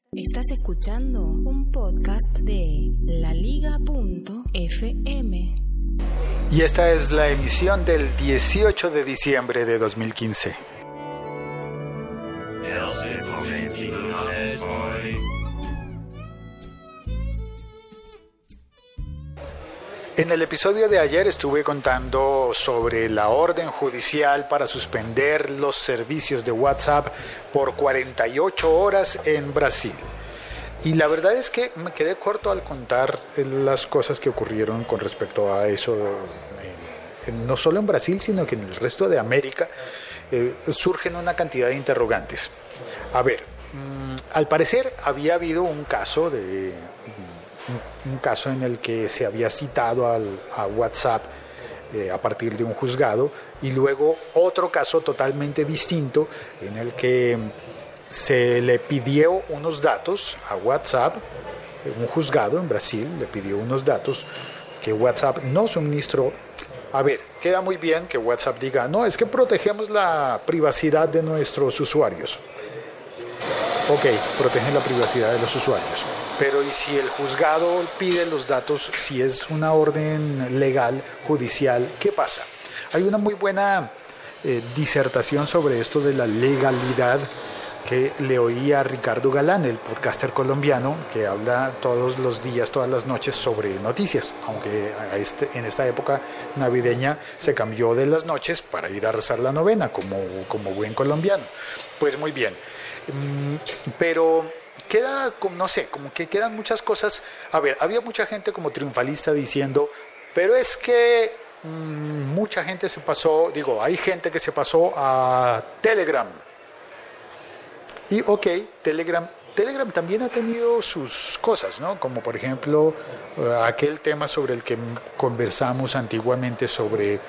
Estás escuchando un podcast de laliga.fm. Y esta es la emisión del 18 de diciembre de 2015. En el episodio de ayer estuve contando sobre la orden judicial para suspender los servicios de WhatsApp por 48 horas en Brasil. Y la verdad es que me quedé corto al contar las cosas que ocurrieron con respecto a eso, no solo en Brasil, sino que en el resto de América surgen una cantidad de interrogantes. A ver, al parecer había habido un caso en el que se había citado a WhatsApp a partir de un juzgado, y luego otro caso totalmente distinto en el que se le pidió unos datos a WhatsApp. Un juzgado en Brasil le pidió unos datos que WhatsApp no suministró. A ver, queda muy bien que WhatsApp diga, no, es que protegemos la privacidad de nuestros usuarios. Ok, protegen la privacidad de los usuarios. Pero ¿y si el juzgado pide los datos, si es una orden legal, judicial, qué pasa? Hay una muy buena disertación sobre esto de la legalidad que le oí a Ricardo Galán, el podcaster colombiano, que habla todos los días, todas las noches sobre noticias, aunque en esta época navideña se cambió de las noches para ir a rezar la novena, como buen colombiano. Pues muy bien, pero queda, no sé, como que quedan muchas cosas. A ver, había mucha gente como triunfalista diciendo, pero es que mucha gente se pasó, hay gente que se pasó a Telegram. Y ok, Telegram también ha tenido sus cosas, ¿no? Como por ejemplo aquel tema sobre el que conversamos antiguamente sobre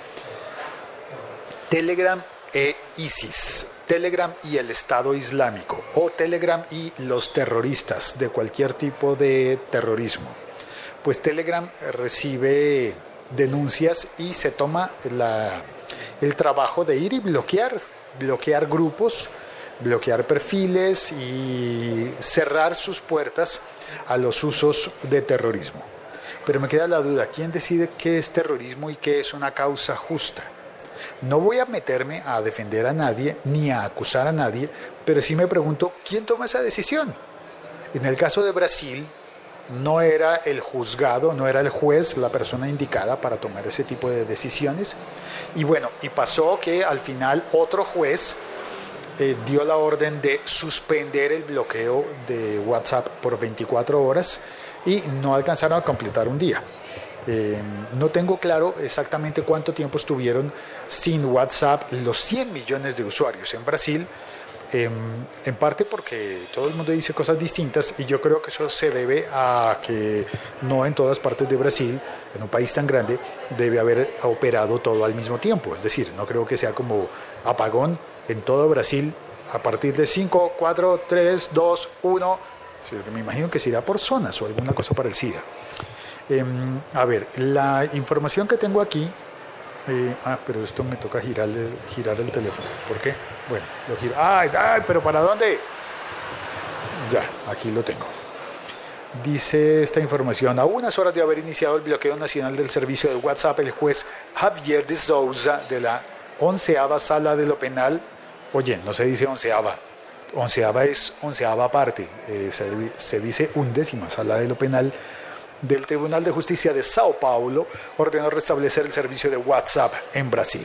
Telegram e ISIS, Telegram y el Estado Islámico, o Telegram y los terroristas de cualquier tipo de terrorismo. Pues Telegram recibe denuncias y se toma el trabajo de ir y bloquear grupos, bloquear perfiles y cerrar sus puertas a los usos de terrorismo. Pero me queda la duda, ¿quién decide qué es terrorismo y qué es una causa justa? No voy a meterme a defender a nadie ni a acusar a nadie, pero sí me pregunto, ¿quién toma esa decisión? En el caso de Brasil, no era el juzgado, no era el juez la persona indicada para tomar ese tipo de decisiones. Y bueno, y pasó que al final otro juez dio la orden de suspender el bloqueo de WhatsApp por 24 horas y no alcanzaron a completar un día. No tengo claro exactamente cuánto tiempo estuvieron sin WhatsApp los 100 millones de usuarios en Brasil, en parte porque todo el mundo dice cosas distintas, y yo creo que eso se debe a que no en todas partes de Brasil, en un país tan grande, debe haber operado todo al mismo tiempo. Es decir, no creo que sea como apagón en todo Brasil a partir de 5, 4, 3, 2, 1, me imagino que se irá por zonas o alguna cosa parecida. A ver, la información que tengo aquí, pero esto me toca girar el teléfono. ¿Por qué? Bueno, lo giro. ¡Ay, pero para dónde! Ya, aquí lo tengo. Dice esta información: a unas horas de haber iniciado el bloqueo nacional del servicio de WhatsApp, el juez Javier de Souza de la 11ª Sala de lo Penal, oye, no se dice 11ª, 11ª es 11ª parte, se dice 11ª Sala de lo Penal del Tribunal de Justicia de Sao Paulo, ordenó restablecer el servicio de WhatsApp en Brasil.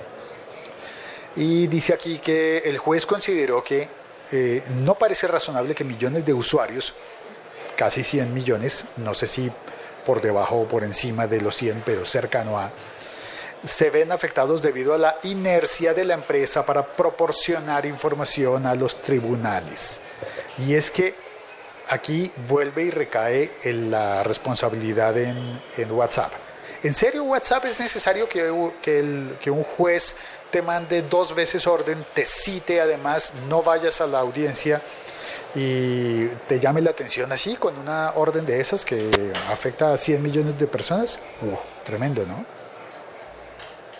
Y dice aquí que el juez consideró que no parece razonable que millones de usuarios, casi 100 millones, no sé si por debajo o por encima de los 100, pero cercano a, se ven afectados debido a la inercia de la empresa para proporcionar información a los tribunales. Y es que aquí vuelve y recae en la responsabilidad en WhatsApp. ¿En serio WhatsApp es necesario que un juez te mande 2 veces orden, te cite, además no vayas a la audiencia y te llame la atención así con una orden de esas que afecta a 100 millones de personas? Tremendo, ¿no?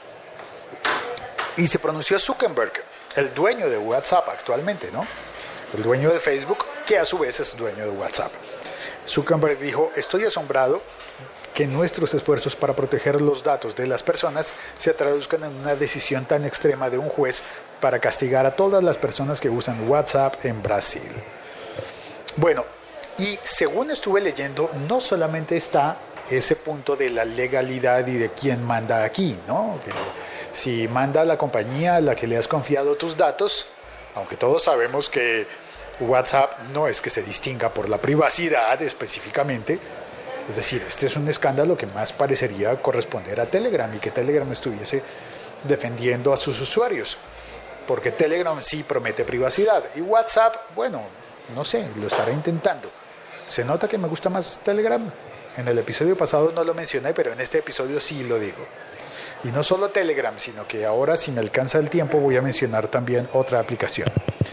Y se pronunció Zuckerberg, el dueño de WhatsApp actualmente, ¿no? el dueño de Facebook, que a su vez es dueño de WhatsApp. Zuckerberg dijo: estoy asombrado que nuestros esfuerzos para proteger los datos de las personas se traduzcan en una decisión tan extrema de un juez para castigar a todas las personas que usan WhatsApp en Brasil. Bueno, y según estuve leyendo, no solamente está ese punto de la legalidad y de quién manda aquí, ¿no? Que si manda la compañía a la que le has confiado tus datos, aunque todos sabemos que WhatsApp no es que se distinga por la privacidad específicamente, es decir, este es un escándalo que más parecería corresponder a Telegram y que Telegram estuviese defendiendo a sus usuarios, porque Telegram sí promete privacidad y WhatsApp, bueno, no sé, lo estará intentando. Se nota que me gusta más Telegram. En el episodio pasado no lo mencioné, pero en este episodio sí lo digo. Y no solo Telegram, sino que ahora, si me alcanza el tiempo, voy a mencionar también otra aplicación.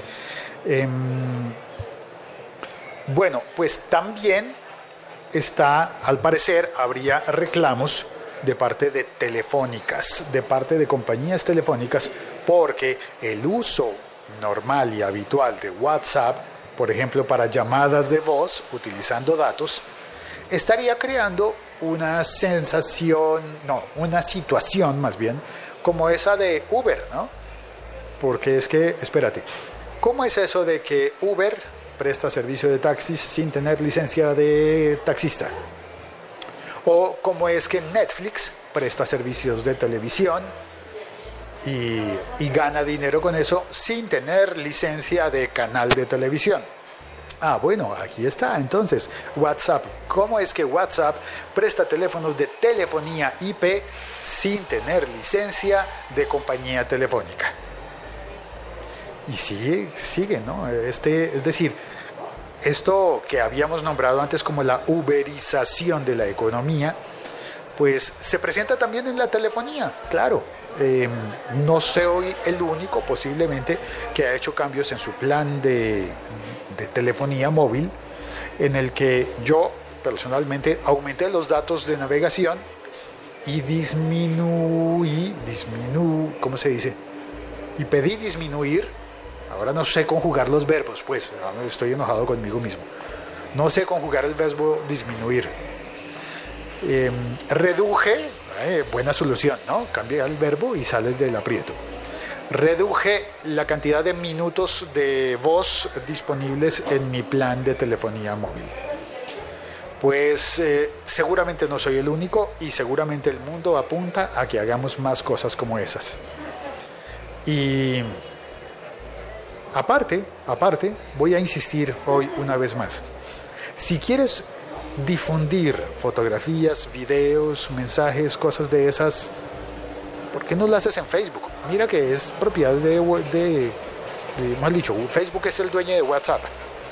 Bueno, pues también está, al parecer, habría reclamos de parte de telefónicas, de parte de compañías telefónicas, porque el uso normal y habitual de WhatsApp, por ejemplo, para llamadas de voz, utilizando datos, estaría creando una situación más bien, como esa de Uber, ¿no? Porque es que, espérate, ¿cómo es eso de que Uber presta servicio de taxis sin tener licencia de taxista? ¿O cómo es que Netflix presta servicios de televisión y gana dinero con eso sin tener licencia de canal de televisión? Ah, bueno, aquí está. Entonces, WhatsApp. ¿Cómo es que WhatsApp presta teléfonos de telefonía IP sin tener licencia de compañía telefónica? Y sigue, ¿no? Es decir, esto que habíamos nombrado antes como la uberización de la economía, pues se presenta también en la telefonía, claro. No soy el único, posiblemente, que ha hecho cambios en su plan de telefonía móvil, en el que yo personalmente aumenté los datos de navegación y ¿cómo se dice? Y pedí disminuir. Ahora no sé conjugar los verbos, pues estoy enojado conmigo mismo. No sé conjugar el verbo disminuir. Reduje, buena solución, ¿no? Cambia el verbo y sales del aprieto. Reduje la cantidad de minutos de voz disponibles en mi plan de telefonía móvil. Pues seguramente no soy el único y seguramente el mundo apunta a que hagamos más cosas como esas. Y aparte, voy a insistir hoy una vez más. Si quieres difundir fotografías, videos, mensajes, cosas de esas, ¿por qué no lo haces en Facebook? Mira que es propiedad mal dicho, Facebook es el dueño de WhatsApp.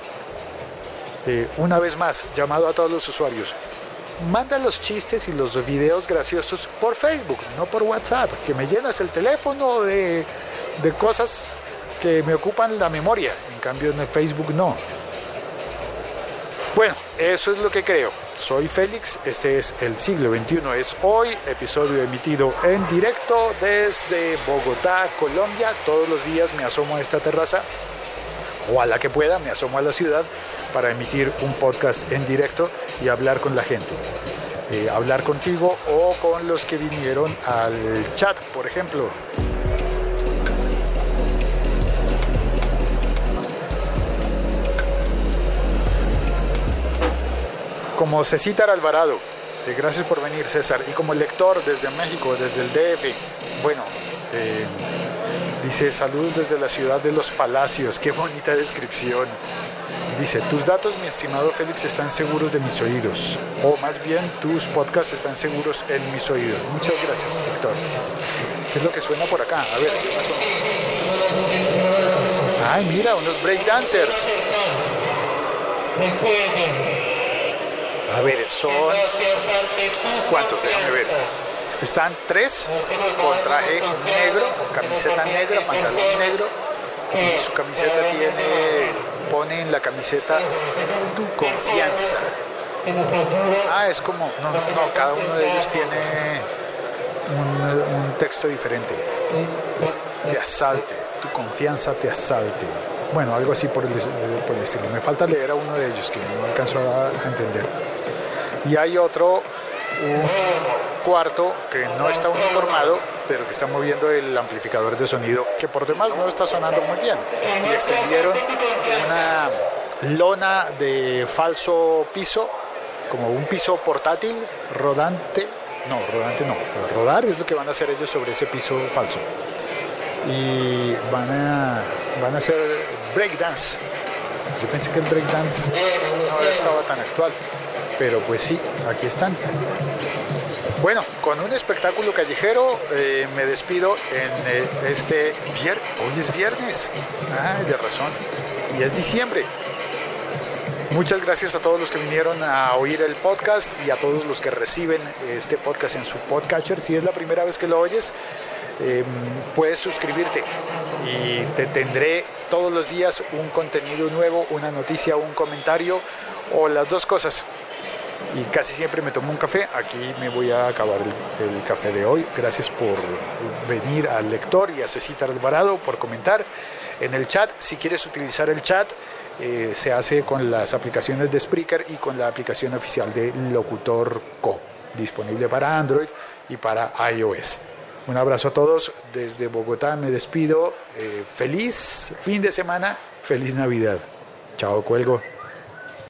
Una vez más, llamado a todos los usuarios, manda los chistes y los videos graciosos por Facebook, no por WhatsApp, que me llenas el teléfono de cosas que me ocupan la memoria. En cambio en el Facebook no. Bueno, eso es lo que creo. Soy Félix, este es El Siglo XXI es Hoy, episodio emitido en directo desde Bogotá, Colombia. Todos los días me asomo a esta terraza, o a la que pueda, me asomo a la ciudad para emitir un podcast en directo y hablar con la gente. Hablar contigo o con los que vinieron al chat, por ejemplo. Como César Alvarado, gracias por venir, César. Y como lector desde México, desde el DF, bueno, dice: saludos desde la ciudad de los Palacios. Qué bonita descripción. Dice: tus datos, mi estimado Félix, están seguros de mis oídos. O más bien, tus podcasts están seguros en mis oídos. Muchas gracias, Héctor. ¿Qué es lo que suena por acá? A ver, ¿qué pasó? Ay, mira, unos breakdancers. A ver, son... ¿cuántos? Déjame ver. Están 3 con traje negro, camiseta negra, pantalón negro. Y su camiseta pone en la camiseta tu confianza. Ah, es como... No, cada uno de ellos tiene un texto diferente. Te asalte, tu confianza te asalte. Bueno, algo así por el estilo. Me falta leer a uno de ellos que no alcanzo a entender. Y hay otro, un cuarto que no está uniformado, pero que está moviendo el amplificador de sonido, que por demás no está sonando muy bien. Y extendieron una lona de falso piso, como un piso portátil, rodante no, rodar es lo que van a hacer ellos sobre ese piso falso. Y van a hacer breakdance. Yo pensé que el breakdance no estaba tan actual, pero pues sí, aquí están. Bueno, con un espectáculo callejero me despido en este viernes. Hoy es viernes. Ay, de razón. Y es diciembre. Muchas gracias a todos los que vinieron a oír el podcast y a todos los que reciben este podcast en su podcatcher. Si es la primera vez que lo oyes, puedes suscribirte y te tendré todos los días un contenido nuevo, una noticia, un comentario o las dos cosas. Y casi siempre me tomo un café. Aquí me voy a acabar el café de hoy. Gracias por venir al lector y a Cecita Alvarado por comentar en el chat. Si quieres utilizar el chat, se hace con las aplicaciones de Spreaker y con la aplicación oficial de Locutor Co, disponible para Android y para iOS. Un abrazo a todos desde Bogotá, me despido. Feliz fin de semana, feliz Navidad. Chao, cuelgo.